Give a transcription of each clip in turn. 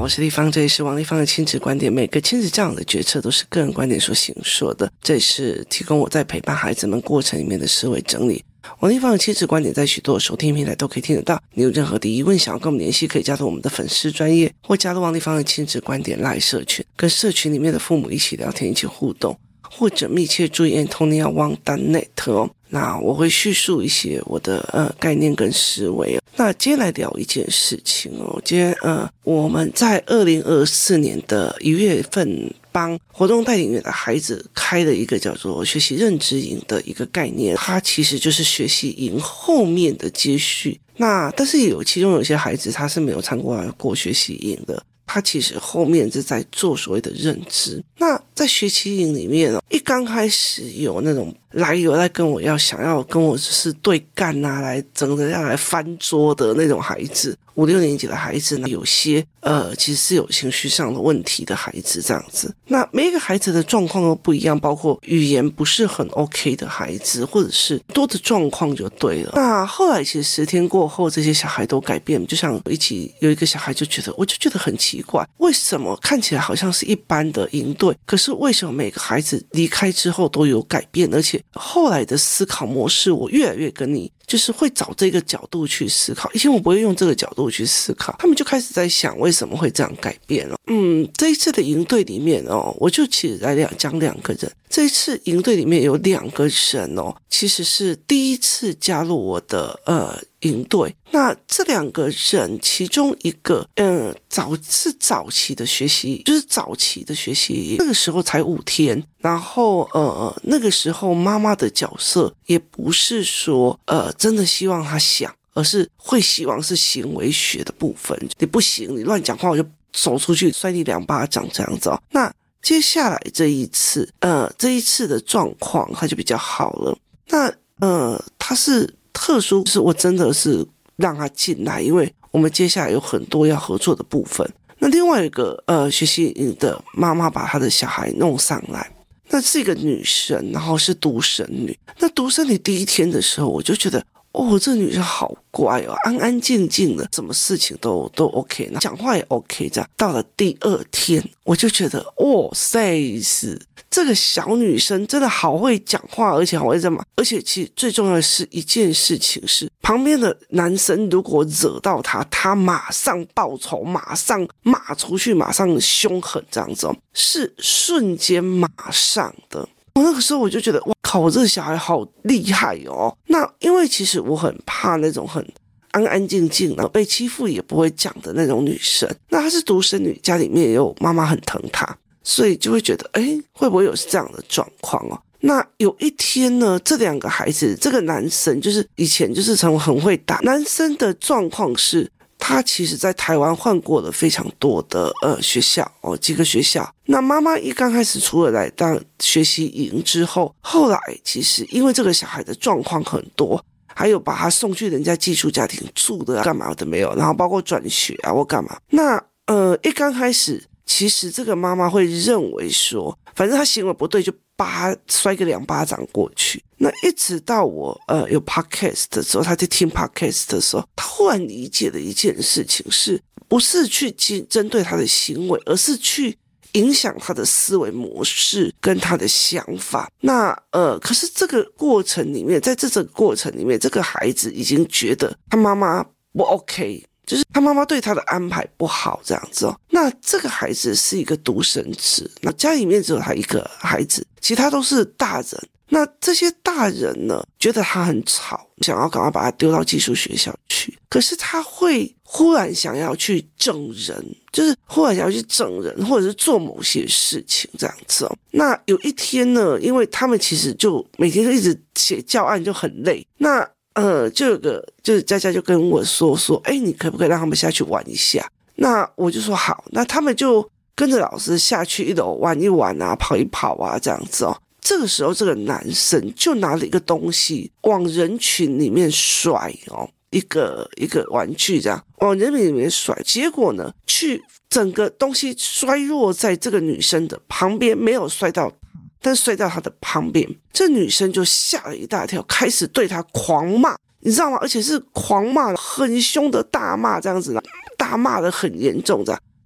是立方，这里是王立方的亲子观点。每个亲子教养的决策都是个人观点所形塑的，这也是提供我在陪伴孩子们过程里面的思维整理。王立方的亲子观点在许多的收听平台都可以听得到。你有任何的疑问想要跟我们联系，可以加入我们的粉丝专页，或加入王立方的亲子观点 LINE 社群，跟社群里面的父母一起聊天，一起互动，或者密切注意 AntoniaWang.net 哦。那我会叙述一些我的概念跟思维哦。那今天来聊一件事情哦。今天我们在2024年的1月份帮活动带领员的孩子开了一个叫做学习认知营的一个概念，它其实就是学习营后面的接续。那但是其中有些孩子他是没有参加过学习营的，他其实后面是在做所谓的认知。那在学习营里面一刚开始有那种有在跟我想要跟我就是对干啊，来整个要来翻桌的那种孩子，5、6年级的孩子呢，有些其实是有情绪上的问题的孩子这样子。那每一个孩子的状况都不一样，包括语言不是很 OK 的孩子，或者是多的状况就对了。那后来其实10天过后，这些小孩都改变，就像有一个小孩我就觉得很奇怪，为什么看起来好像是一般的营队，可是为什么每个孩子离开之后都有改变，而且后来的思考模式我越来越跟你就是会找这个角度去思考，以前我不会用这个角度去思考，他们就开始在想为什么会这样改变了。这一次的营队里面我就其实来讲2个人。这一次营队里面有2个人其实是第一次加入我的营队。那这2个人其中一个早期的学习，就是早期的学习，那个时候才5天，然后那个时候妈妈的角色也不是说真的希望他想，而是会希望是行为学的部分，你不行你乱讲话我就走出去摔你2巴掌这样子那接下来这一次的状况它就比较好了。那它是特殊，就是我真的是让他进来，因为我们接下来有很多要合作的部分。那另外一个学习营的妈妈把她的小孩弄上来，那是一个女生，然后是独生女。那独生女第1天的时候我就觉得这女生好乖安安静静的，什么事情都 OK， 讲话也 OK 这样。到了第2天我就觉得是这个小女生真的好会讲话，而且好会这么，而且其实最重要的是一件事情是，旁边的男生如果惹到她马上报仇，马上骂出去，马上凶狠这样子是瞬间马上的。我那个时候我就觉得哇靠，我这个小孩好厉害那因为其实我很怕那种很安安静静然后被欺负也不会讲的那种女生。那她是独生女，家里面也有妈妈很疼她，所以就会觉得会不会有这样的状况那有一天呢，这2个孩子，这个男生就是以前就是很会打，男生的状况是他其实在台湾换过了非常多的学校几个学校。那妈妈刚开始除了来当学习营之后，后来其实因为这个小孩的状况很多，还有把他送去人家寄宿家庭住的干嘛的没有，然后包括转学或干嘛。那刚开始其实这个妈妈会认为说反正他行为不对就摔个2巴掌过去。那一直到我有 podcast 的时候，他在听 podcast 的时候，他忽然理解了一件事情，是不是去针对他的行为，而是去影响他的思维模式跟他的想法。那可是这个过程里面，在这个过程里面，这个孩子已经觉得他妈妈不 OK，就是他妈妈对他的安排不好这样子那这个孩子是一个独生子，那家里面只有他一个孩子，其他都是大人。那这些大人呢，觉得他很吵，想要赶快把他丢到寄宿学校去，可是他会忽然想要去整人，就是忽然想要去整人，或者是做某些事情这样子那有一天呢，因为他们其实就每天就一直写教案就很累，那就有个就是佳佳就跟我说你可不可以让他们下去玩一下。那我就说好，那他们就跟着老师下去1楼玩一玩跑一跑这样子这个时候这个男生就拿了一个东西往人群里面甩一个玩具这样往人群里面甩，结果呢去整个东西摔落在这个女生的旁边，没有摔到但摔到她的旁边，这女生就吓了一大跳，开始对她狂骂，你知道吗？而且是狂骂，很凶的大骂这样子大骂的很严重这样。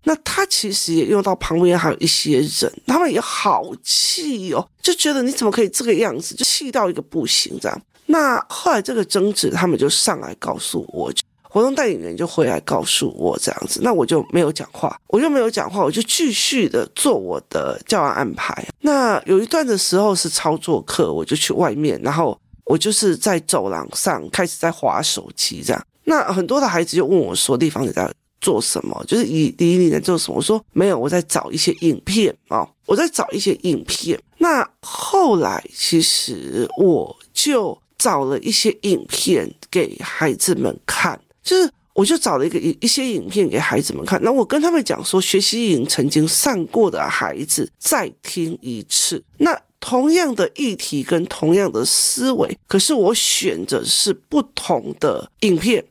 那他其实也用到旁边还有一些人，他们也好气哦，就觉得你怎么可以这个样子，就气到一个不行这样。那后来这个争执他们就上来告诉我，活动带领人就回来告诉我这样子，那我就没有讲话，我就继续的做我的教案安排。那有一段的时候是操作课，我就去外面，然后我就是在走廊上开始在滑手机这样。那很多的孩子就问我说，丽芳你在做什么？就是你在做什么？我说没有，我在找一些影片我在找一些影片。那后来其实我就找了一些影片给孩子们看，就是我就找了一些影片给孩子们看，那我跟他们讲说，学习营曾经上过的孩子再听一次，那同样的议题跟同样的思维，可是我选择是不同的影片，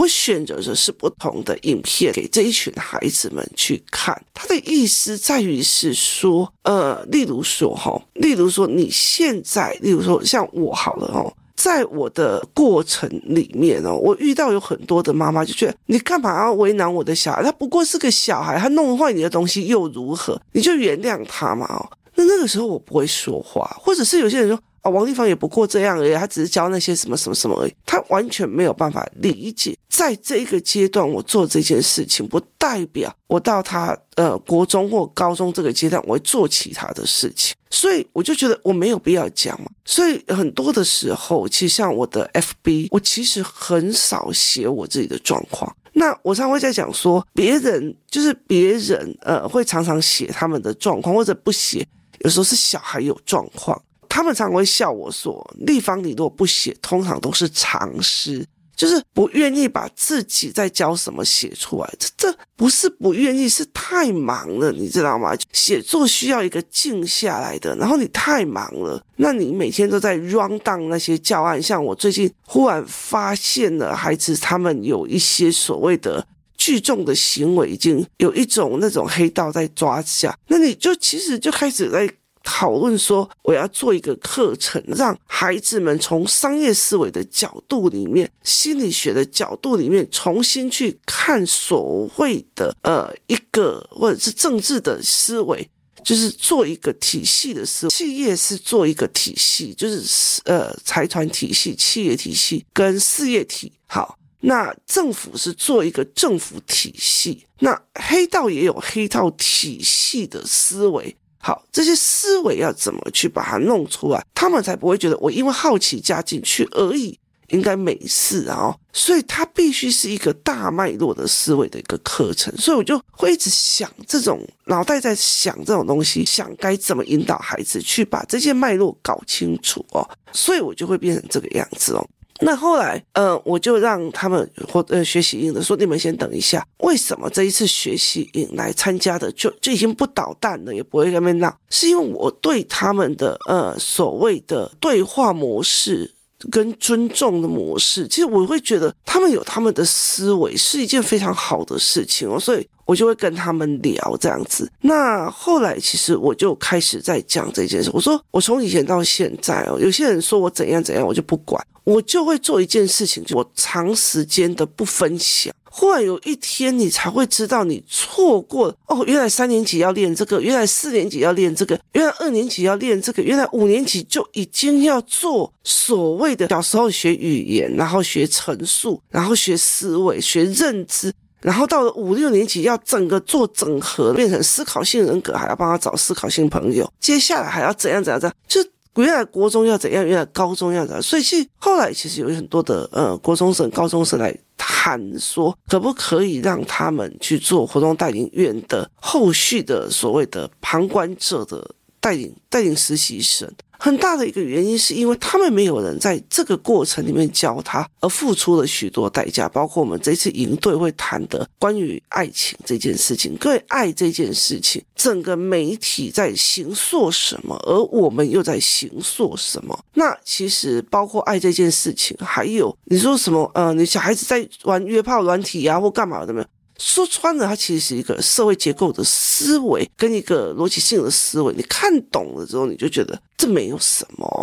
给这一群孩子们去看。他的意思在于是说，例如说你现在，例如说像我好了在我的过程里面我遇到有很多的妈妈就觉得，你干嘛要为难我的小孩？他不过是个小孩，他弄坏你的东西又如何？你就原谅他嘛那个时候我不会说话，或者是有些人说王丽芳也不过这样而已，他只是教那些什么什么什么而已，他完全没有办法理解，在这个阶段我做这件事情，不代表我到他国中或高中这个阶段我会做其他的事情，所以我就觉得我没有必要讲嘛。所以很多的时候，其实像我的 FB， 我其实很少写我自己的状况。那我常会在讲说，别人会常常写他们的状况，或者不写，有时候是小孩有状况。他们常会笑我说，丽芳你如果不写，通常都是常识，就是不愿意把自己在教什么写出来。这不是不愿意，是太忙了，你知道吗？写作需要一个静下来的，然后你太忙了，那你每天都在 run down 那些教案。像我最近忽然发现了孩子他们有一些所谓的聚众的行为，已经有一种那种黑道在抓下，那你就其实就开始在讨论说，我要做一个课程，让孩子们从商业思维的角度里面，心理学的角度里面，重新去看所谓的一个或者是政治的思维，就是做一个体系的思维。企业是做一个体系，就是财团体系、企业体系跟事业体。好，那政府是做一个政府体系，那黑道也有黑道体系的思维。好，这些思维要怎么去把它弄出来，他们才不会觉得我因为好奇加进去而已，应该没事所以它必须是一个大脉络的思维的一个课程。所以我就会一直想这种脑袋在想这种东西，想该怎么引导孩子去把这些脉络搞清楚所以我就会变成这个样子那后来我就让他们学习营的说，你们先等一下，为什么这一次学习营来参加的就已经不捣蛋了，也不会在那边闹，是因为我对他们的所谓的对话模式跟尊重的模式，其实我会觉得他们有他们的思维是一件非常好的事情所以我就会跟他们聊这样子。那后来其实我就开始在讲这件事，我说我从以前到现在有些人说我怎样怎样，我就不管，我就会做一件事情，我长时间的不分享，忽然有一天你才会知道你错过了原来3年级要练这个，原来4年级要练这个，原来2年级要练这个，原来5年级就已经要做所谓的小时候学语言，然后学陈述，然后学思维，学认知，然后到了5、6年级要整个做整合，变成思考性人格，还要帮他找思考性朋友，接下来还要怎样，就原来国中要怎样，原来高中要怎样。所以后来其实有很多的国中生、高中生来谈说，可不可以让他们去做活动带领院的后续的所谓的旁观者的带领实习生。很大的一个原因是因为他们没有人在这个过程里面教他，而付出了许多代价，包括我们这次营队会谈的关于爱情这件事情，对爱这件事情，整个媒体在形塑什么，而我们又在形塑什么。那其实包括爱这件事情，还有你说什么你小孩子在玩约炮软体或干嘛的没有，说穿了，它其实是一个社会结构的思维跟一个逻辑性的思维，你看懂了之后，你就觉得这没有什么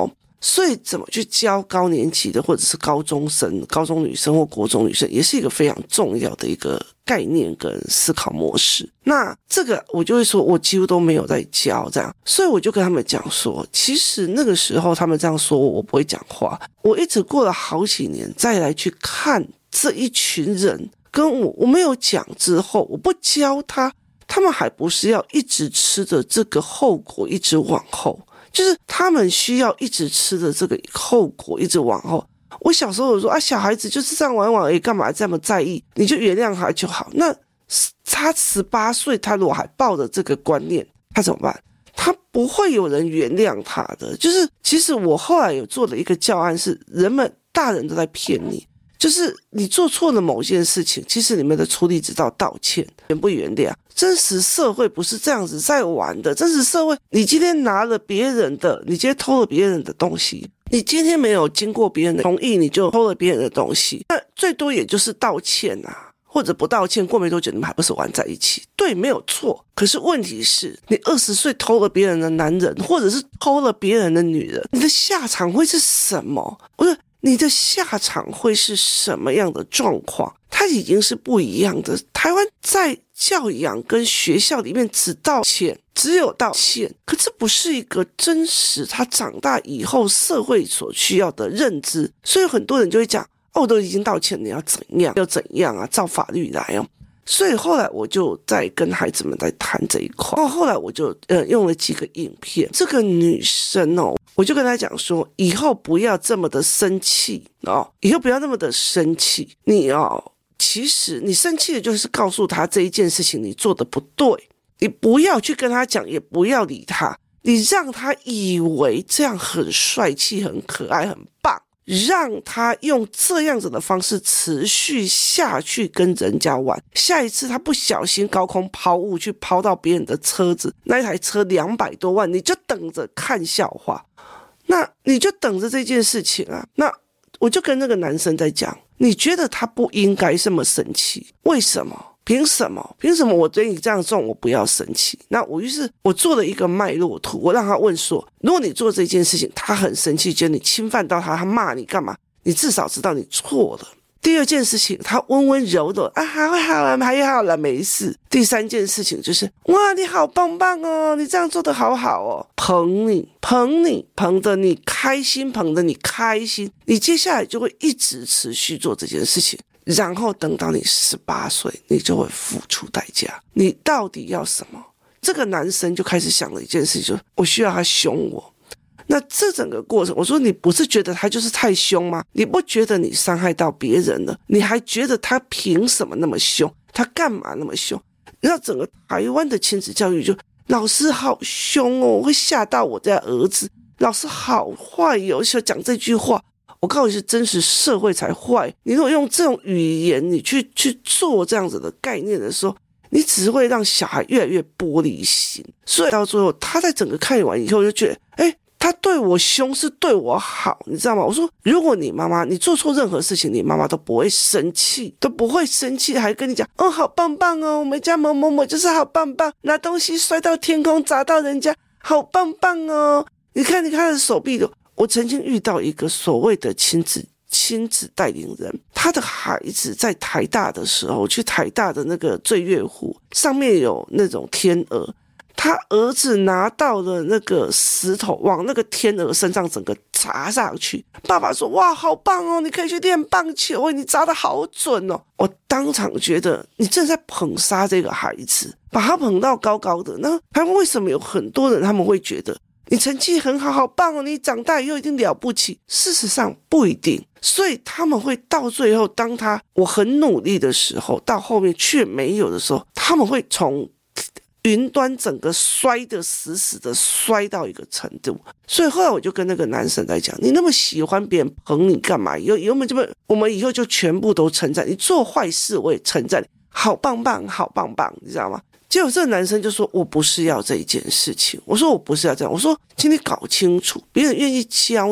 所以怎么去教高年级的或者是高中生、高中女生或国中女生，也是一个非常重要的一个概念跟思考模式。那这个我就会说，我几乎都没有在教这样，所以我就跟他们讲说，其实那个时候他们这样说我不会讲话。我一直过了好几年再来去看这一群人，跟我没有讲之后，我不教他们还不是要一直吃的这个后果一直往后。就是他们需要一直吃的这个后果一直往后。我小时候有说小孩子就是这样玩玩而已，干嘛这么在意？你就原谅他就好。那他18岁，他如果还抱着这个观念，他怎么办？他不会有人原谅他的。就是其实我后来有做的一个教案是，大人都在骗你。就是你做错了某件事情，其实你们的处理只到道歉，原不原谅。真实社会不是这样子在玩的。真实社会，你今天拿了别人的，你今天偷了别人的东西，你今天没有经过别人的同意，你就偷了别人的东西，那最多也就是道歉啊，或者不道歉，过没多久你们还不是玩在一起？对，没有错。可是问题是，你20岁偷了别人的男人，或者是偷了别人的女人，你的下场会是什么？不是。你的下场会是什么样的状况？它已经是不一样的。台湾在教养跟学校里面只有道歉，可这不是一个真实他长大以后社会所需要的认知。所以很多人就会讲，我都已经道歉了，你要怎样？要怎样啊？照法律来哦。所以后来我就在跟孩子们在谈这一块。后来我就用了几个影片。这个女生我就跟她讲说，以后不要这么的生气以后不要那么的生气。其实你生气的就是告诉她这一件事情你做的不对，你不要去跟她讲，也不要理她，你让她以为这样很帅气、很可爱、很棒。让他用这样子的方式持续下去跟人家玩，下一次他不小心高空抛物去抛到别人的车子，那一台车200多万，你就等着看笑话。那你就等着这件事情啊。那我就跟那个男生在讲，你觉得他不应该这么生气，为什么？凭什么我对你这样做我不要生气？那于是我做了一个脉络图，我让他问说，如果你做这件事情他很生气，觉得你侵犯到他骂你干嘛，你至少知道你错了。第二件事情，他温温柔柔好了还好了没事。第三件事情就是，哇你好棒棒哦，你这样做得好好哦，捧得你开心，你接下来就会一直持续做这件事情。然后等到你18岁，你就会付出代价。你到底要什么？这个男生就开始想了一件事，就是我需要他凶我。那这整个过程，我说你不是觉得他就是太凶吗？你不觉得你伤害到别人了？你还觉得他凭什么那么凶？他干嘛那么凶？让整个台湾的亲子教育就老师好凶哦，会吓到我家儿子。老师好坏哦，就讲这句话。我告诉你，是真实社会才坏。你如果用这种语言，你去做这样子的概念的时候，你只会让小孩越来越玻璃心。所以到最后，他在整个看完以后就觉得，他对我凶是对我好，你知道吗？我说，如果你妈妈你做错任何事情，你妈妈都不会生气，还跟你讲，好棒棒哦，我们家某某某就是好棒棒，拿东西摔到天空砸到人家，好棒棒哦。你看他的手臂的。我曾经遇到一个所谓的亲子带领人，他的孩子在台大的时候，去台大的那个醉月湖上面有那种天鹅，他儿子拿到了那个石头往那个天鹅身上整个砸上去。爸爸说，哇好棒哦，你可以去练棒球，你砸得好准哦。我当场觉得你正在捧杀这个孩子，把他捧到高高的。那台湾为什么有很多人他们会觉得你成绩很好，好棒哦，你长大以后一定了不起？事实上不一定。所以他们会到最后，当我很努力的时候，到后面却没有的时候，他们会从云端整个摔得死死的，摔到一个程度。所以后来我就跟那个男生在讲，你那么喜欢别人捧你干嘛？我们以后就全部都称赞你，做坏事我也称赞你，好棒棒好棒棒，你知道吗？结果这个男生就说，我不是要这一件事情。我说我不是要这样，我说请你搞清楚，别人愿意教你，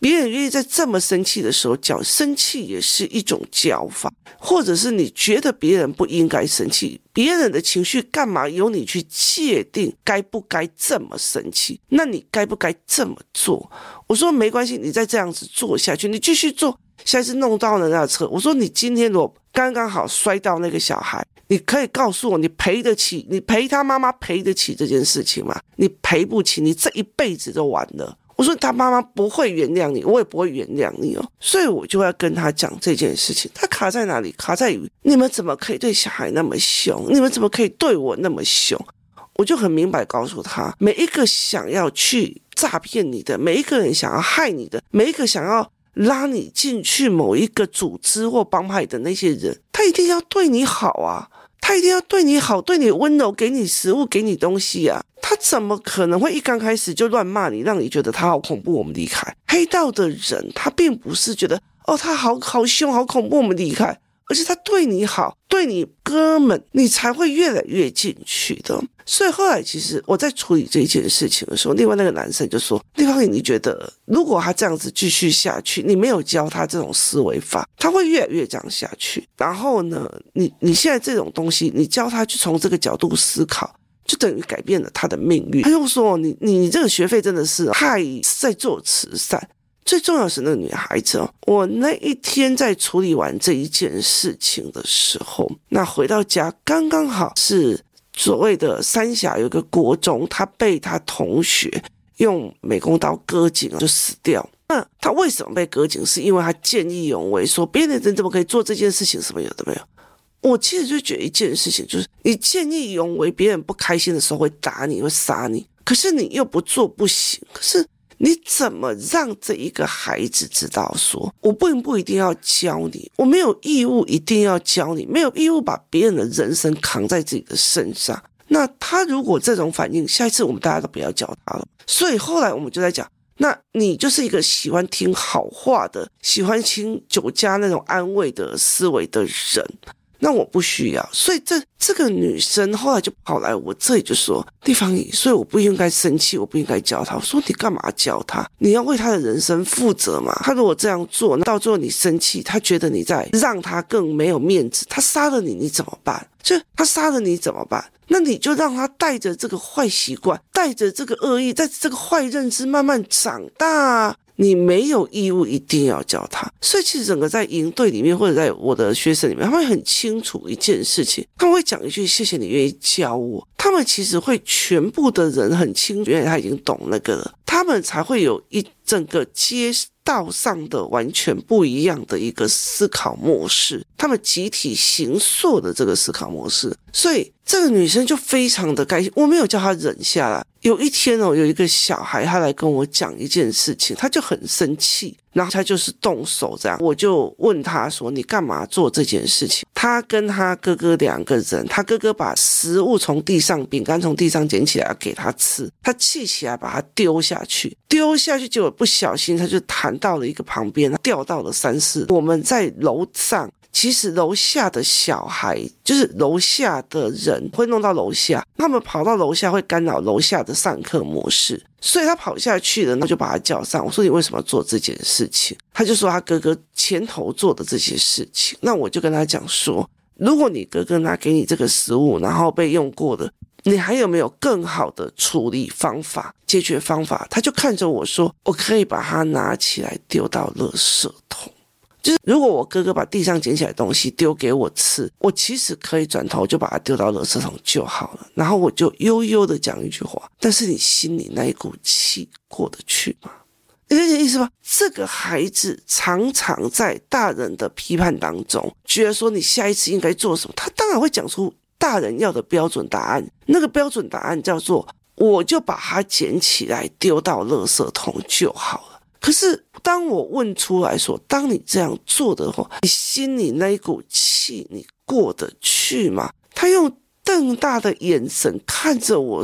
别人愿意在这么生气的时候教，生气也是一种教法，或者是你觉得别人不应该生气，别人的情绪干嘛由你去界定该不该这么生气，那你该不该这么做？我说没关系，你再这样子做下去，你继续做，下一次弄到了那个车，我说你今天如果刚刚好摔到那个小孩，你可以告诉我你赔得起，你赔他妈妈赔得起这件事情吗？你赔不起，你这一辈子都完了。我说他妈妈不会原谅你，我也不会原谅你哦，所以我就要跟他讲这件事情。他卡在哪里？卡在于你们怎么可以对小孩那么凶？你们怎么可以对我那么凶？我就很明白告诉他，每一个想要去诈骗你的，每一个人想要害你的，每一个想要拉你进去某一个组织或帮派的那些人，他一定要对你好啊，他一定要对你好，对你温柔，给你食物，给你东西啊。他怎么可能会一刚开始就乱骂你，让你觉得他好恐怖，我们离开？黑道的人他并不是觉得他好凶好恐怖，我们离开，而且他对你好，对你哥们，你才会越来越进去的。所以后来其实我在处理这件事情的时候，另外那个男生就说，立方体你觉得如果他这样子继续下去，你没有教他这种思维法，他会越来越这样下去。然后呢，你现在这种东西你教他去从这个角度思考，就等于改变了他的命运。他又说你这个学费真的是太在做慈善。最重要的是那个女孩子我那一天在处理完这一件事情的时候，那回到家刚刚好是所谓的三峡有一个国中，他被他同学用美工刀割颈就死掉。那他为什么被割颈？是因为他见义勇为，说别的人怎么可以做这件事情，什么有的没有。我其实就觉得一件事情，就是你见义勇为，别人不开心的时候会打你，会杀你，可是你又不做不行。可是你怎么让这一个孩子知道说，我并不一定要教你，我没有义务一定要教你，没有义务把别人的人生扛在自己的身上。那他如果这种反应，下一次我们大家都不要教他了。所以后来我们就在讲，那你就是一个喜欢听好话的，喜欢听酒家那种安慰的思维的人，那我不需要。所以这个女生后来就跑来我这里就说，地方姨，所以我不应该生气，我不应该教她。我说你干嘛教她？你要为她的人生负责嘛。她如果这样做，到最后你生气，她觉得你在让她更没有面子，她杀了你怎么办？就她杀了你怎么办？那你就让她带着这个坏习惯，带着这个恶意，带着这个坏认知慢慢长大啊。你没有义务一定要教他。所以其实整个在营队里面或者在我的学生里面，他们会很清楚一件事情，他们会讲一句谢谢你愿意教我，他们其实会全部的人很清楚，因为他已经懂那个了，他们才会有一整个街道上的完全不一样的一个思考模式，他们集体形塑的这个思考模式。所以这个女生就非常的开心，我没有叫她忍下来。有一天有一个小孩他来跟我讲一件事情，他就很生气，然后他就是动手这样。我就问他说你干嘛做这件事情？他跟他哥哥两个人，他哥哥把食物从地上，饼干从地上捡起来要给他吃，他气起来把他丢下去，结果不小心他就弹到了一个旁边，掉到了3、4。我们在楼上，其实楼下的小孩就是楼下的人会弄到楼下，他们跑到楼下会干扰楼下的上课模式，所以他跑下去了，然后就把他叫上。我说你为什么要做这件事情？他就说他哥哥前头做的这些事情。那我就跟他讲说，如果你哥哥拿给你这个食物然后被用过的，你还有没有更好的处理方法、解决方法？他就看着我说，我可以把它拿起来丢到垃圾桶。就是如果我哥哥把地上捡起来的东西丢给我吃，我其实可以转头就把它丢到垃圾桶就好了。然后我就悠悠的讲一句话，但是你心里那一股气过得去吗？你理解意思吧？这个孩子常常在大人的批判当中觉得说你下一次应该做什么，他当然会讲出大人要的标准答案。那个标准答案叫做我就把它捡起来丢到垃圾桶就好了。可是当我问出来说，当你这样做的话，你心里那一股气你过得去吗？他用瞪大的眼神看着我，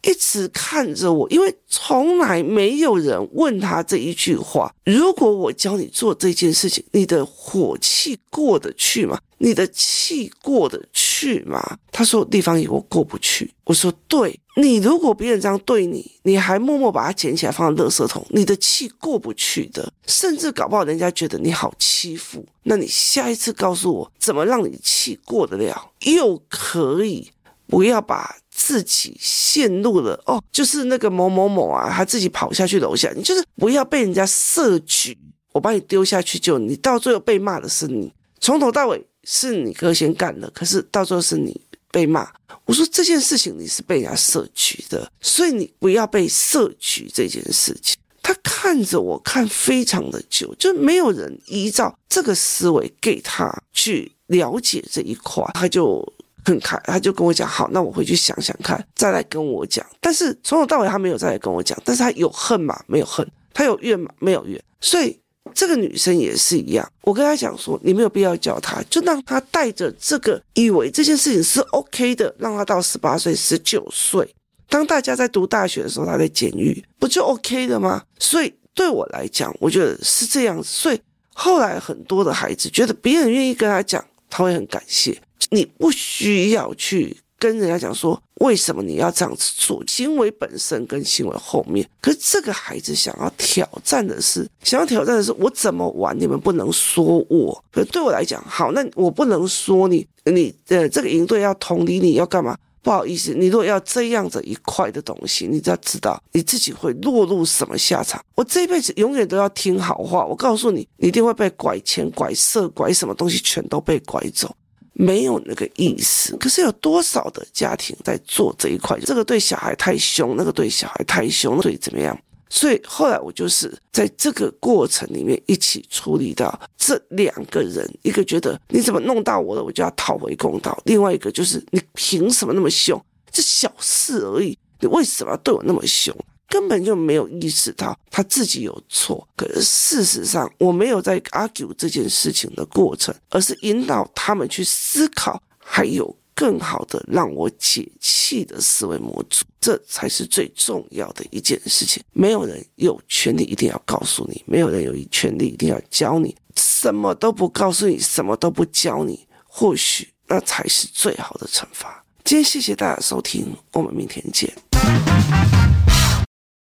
一直看着我，因为从来没有人问他这一句话：如果我教你做这件事情，你的火气过得去吗？你的气过得去吗？他说地方爷我过不去。我说对，你如果别人这样对你，你还默默把它捡起来放在垃圾桶，你的气过不去的，甚至搞不好人家觉得你好欺负，那你下一次告诉我怎么让你气过得了，又可以不要把自己陷入了就是那个某某某啊，他自己跑下去楼下，你就是不要被人家设局，我把你丢下去就你到最后被骂的是你，从头到尾是你哥先干的，可是到最后是你被骂。我说这件事情你是被人家设局的，所以你不要被设局这件事情。他看着我看非常的久，就没有人依照这个思维给他去了解这一块，他就跟我讲，好，那我回去想想看，再来跟我讲。但是从头到尾他没有再来跟我讲，但是他有恨吗？没有恨。他有怨吗？没有怨。所以这个女生也是一样，我跟她讲说，你没有必要教她，就让她带着这个以为这件事情是 OK 的，让她到18岁、19岁，当大家在读大学的时候，她在监狱，不就 OK 的吗？所以对我来讲，我觉得是这样子。所以后来很多的孩子觉得别人愿意跟他讲，他会很感谢。你不需要去跟人家讲说为什么你要这样子做，行为本身跟行为后面。可是这个孩子想要挑战的是我怎么玩，你们不能说我。可是对我来讲，好，那我不能说你这个营队要同理你要干嘛，不好意思，你如果要这样子一块的东西，你只要知道你自己会落入什么下场。我这一辈子永远都要听好话，我告诉你，你一定会被拐钱、拐色、拐什么东西，全都被拐走。没有那个意思，可是有多少的家庭在做这一块，这个对小孩太凶，那个对小孩太凶，所以怎么样？所以后来我就是在这个过程里面一起处理到这两个人，一个觉得你怎么弄到我了，我就要讨回公道，另外一个就是你凭什么那么凶，这小事而已，你为什么要对我那么凶？根本就没有意识到他自己有错。可是事实上我没有在 argue 这件事情的过程，而是引导他们去思考，还有更好的让我解气的思维模组，这才是最重要的一件事情。没有人有权利一定要告诉你，没有人有权利一定要教你，什么都不告诉你，什么都不教你，或许那才是最好的惩罚。今天谢谢大家收听，我们明天见。